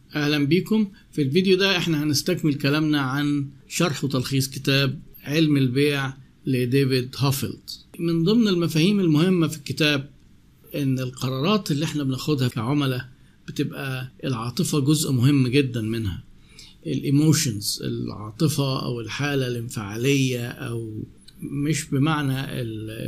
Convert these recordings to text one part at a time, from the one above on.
أهلا بكم. في الفيديو ده احنا هنستكمل كلامنا عن شرح وتلخيص كتاب علم البيع لديفيد هوفيلد. من ضمن المفاهيم المهمة في الكتاب ان القرارات اللي احنا بناخدها كعملاء بتبقى العاطفة جزء مهم جدا منها. الايموشنز، العاطفة او الحالة الانفعالية، او مش بمعنى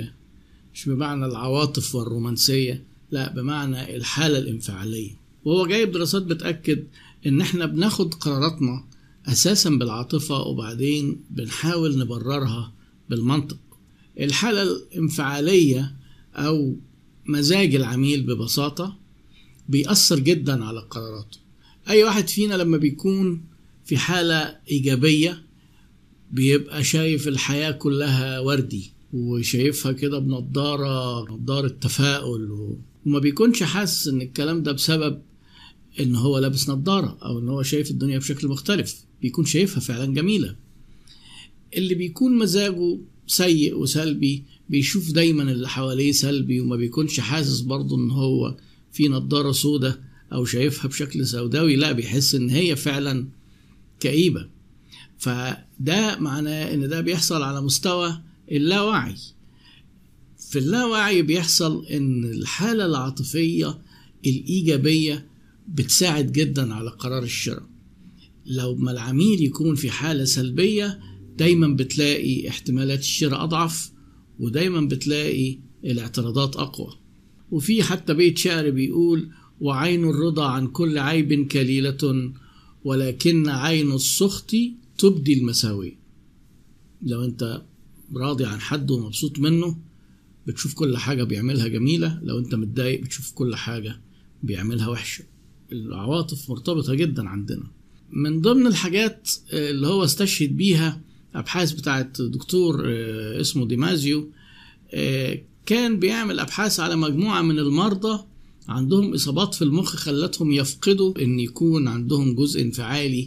العواطف والرومانسية، لا بمعنى الحالة الانفعالية. وهو جايب دراسات بتأكد ان احنا بناخد قراراتنا اساسا بالعاطفة وبعدين بنحاول نبررها بالمنطق. الحالة الانفعالية او مزاج العميل ببساطة بيأثر جدا على قراراته. اي واحد فينا لما بيكون في حالة ايجابية بيبقى شايف الحياة كلها وردي وشايفها كده بنضارة تفاؤل، وما بيكونش حاسس ان الكلام ده بسبب ان هو لابس نضارة او ان هو شايف الدنيا بشكل مختلف، بيكون شايفها فعلا جميلة. اللي بيكون مزاجه سيء وسلبي بيشوف دايما اللي حواليه سلبي وما بيكونش حاسس برضه ان هو في نضارة سودة او شايفها بشكل سوداوي، لا بيحس ان هي فعلا كئيبة. فده معناه ان ده بيحصل على مستوى اللاوعي. في اللاوعي بيحصل ان الحالة العاطفية الإيجابية بتساعد جدا على قرار الشراء. لو ما العميل يكون في حالة سلبية دايما بتلاقي احتمالات الشراء أضعف، ودايما بتلاقي الاعتراضات أقوى. وفي حتى بيت شعر بيقول: وعين الرضا عن كل عيب كليلة، ولكن عين السخط تبدي المساوي. لو انت راضي عن حد ومبسوط منه بتشوف كل حاجة بيعملها جميلة، لو انت متضايق بتشوف كل حاجة بيعملها وحشة. العواطف مرتبطة جدا عندنا. من ضمن الحاجات اللي هو استشهد بيها أبحاث بتاعت دكتور اسمه ديمازيو، كان بيعمل أبحاث على مجموعة من المرضى عندهم إصابات في المخ خلتهم يفقدوا أن يكون عندهم جزء انفعالي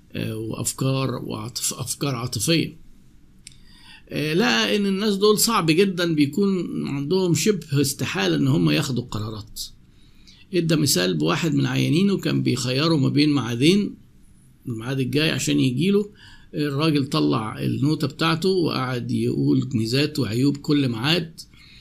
وأفكار عاطفية. لقى ان الناس دول صعب جدا بيكون عندهم شبه استحالة ان هم ياخدوا قرارات. ادى مثال بواحد من عيانينه كان بيخيروا ما بين معادين، الميعاد الجاي عشان يجيله. الراجل طلع النوتة بتاعته وقعد يقول ميزات وعيوب كل معاد،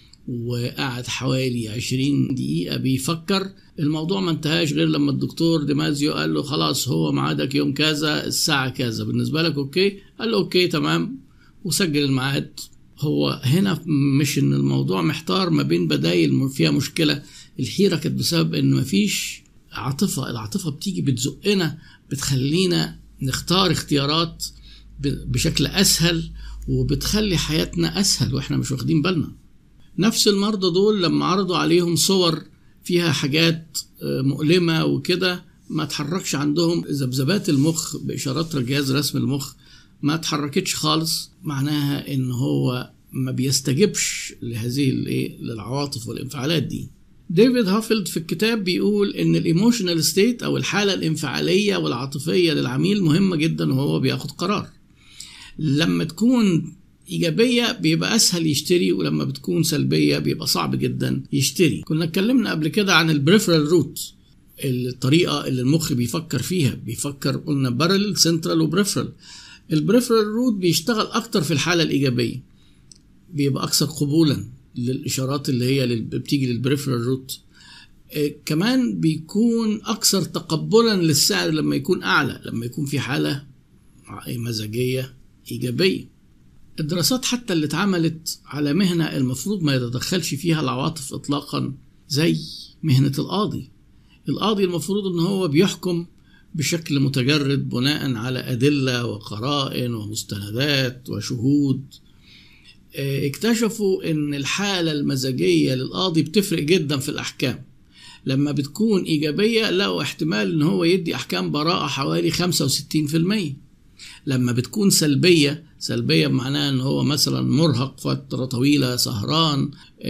وقعد حوالي 20 دقيقة بيفكر. الموضوع ما انتهاش غير لما الدكتور ديمازيو قال له: خلاص هو معادك يوم كذا الساعة كذا، بالنسبة لك اوكي؟ قال له اوكي تمام، وسجل الميعاد. هو هنا مش ان الموضوع محتار ما بين بدايل فيها مشكلة، الحيرة كانت بسبب ان مفيش عاطفة. العاطفة بتيجي بتزقنا، بتخلينا نختار اختيارات بشكل اسهل وبتخلي حياتنا اسهل واحنا مش واخدين بالنا. نفس المرضى دول لما عرضوا عليهم صور فيها حاجات مؤلمة وكده ما تحركش عندهم ذبذبات المخ بإشارات جهاز رسم المخ، ما تحركتش خالص. معناها ان هو ما بيستجبش لهذه للعواطف والانفعالات دي. ديفيد هوفيلد في الكتاب بيقول ان الايموشنال ستيت او الحالة الانفعالية والعاطفية للعميل مهمة جدا وهو بياخد قرار. لما تكون ايجابية بيبقى اسهل يشتري، ولما بتكون سلبية بيبقى صعب جدا يشتري. كنا اتكلمنا قبل كده عن البريفرال روت، الطريقة اللي المخ بيفكر فيها. بيفكر قلنا بارلل، سنترال، وبريفرال. البريفرال روت بيشتغل اكتر في الحالة الايجابية، بيبقى اكثر قبولا للاشارات اللي هي بتيجي للبريفرال روت. كمان بيكون اكثر تقبلا للسعر لما يكون اعلى، لما يكون في حالة مزاجية ايجابية. الدراسات حتى اللي اتعملت على مهنة المفروض ما يتدخلش فيها العواطف اطلاقا، زي مهنة القاضي. القاضي المفروض ان هو بيحكم بشكل متجرد بناء على أدلة وقرائن ومستندات وشهود. اكتشفوا ان الحالة المزاجية للقاضي بتفرق جدا في الأحكام. لما بتكون إيجابية لقوا احتمال ان هو يدي أحكام براءة حوالي 65%. لما بتكون سلبية بمعناه ان هو مثلا مرهق فترة طويلة، سهران،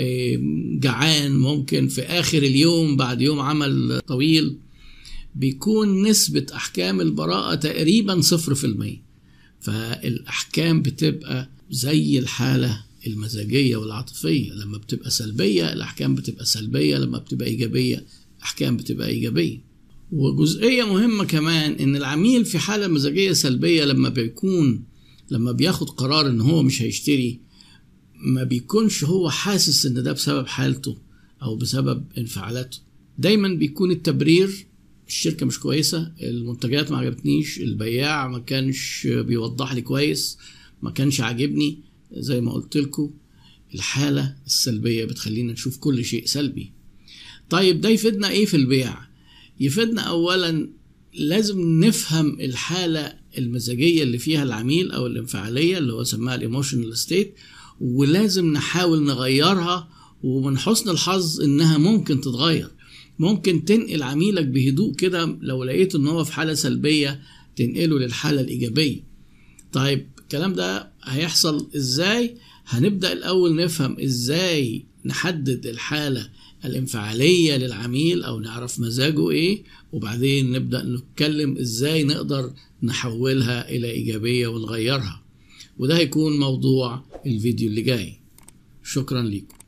جعان، ممكن في آخر اليوم بعد يوم عمل طويل، بيكون نسبة أحكام البراءة تقريبا 0%. فالأحكام بتبقى زي الحالة المزاجية والعاطفية. لما بتبقى سلبية الأحكام بتبقى سلبية، لما بتبقى إيجابية أحكام بتبقى إيجابية. وجزئية مهمة كمان ان العميل في حالة مزاجية سلبية لما بياخد قرار ان هو مش هيشتري، ما بيكونش هو حاسس ان ده بسبب حالته او بسبب انفعالاته. دايما بيكون التبرير الشركة مش كويسة، المنتجات ما عجبتنيش، البياع ما كانش بيوضح لي كويس، ما كانش عاجبني. زي ما قلت لكم الحالة السلبية بتخلينا نشوف كل شيء سلبي. طيب ده يفيدنا ايه في البيع؟ يفيدنا اولا لازم نفهم الحالة المزاجية اللي فيها العميل او الانفعالية اللي هو سماها الايموشنال ستيت، ولازم نحاول نغيرها، ومن حسن الحظ انها ممكن تتغير. ممكن تنقل عميلك بهدوء كده، لو لقيت ان هو في حالة سلبية تنقله للحالة الإيجابية. طيب الكلام ده هيحصل ازاي؟ هنبدأ الأول نفهم ازاي نحدد الحالة الانفعالية للعميل أو نعرف مزاجه ايه، وبعدين نبدأ نتكلم ازاي نقدر نحولها إلى إيجابية ونغيرها. وده هيكون موضوع الفيديو اللي جاي. شكرا لكم.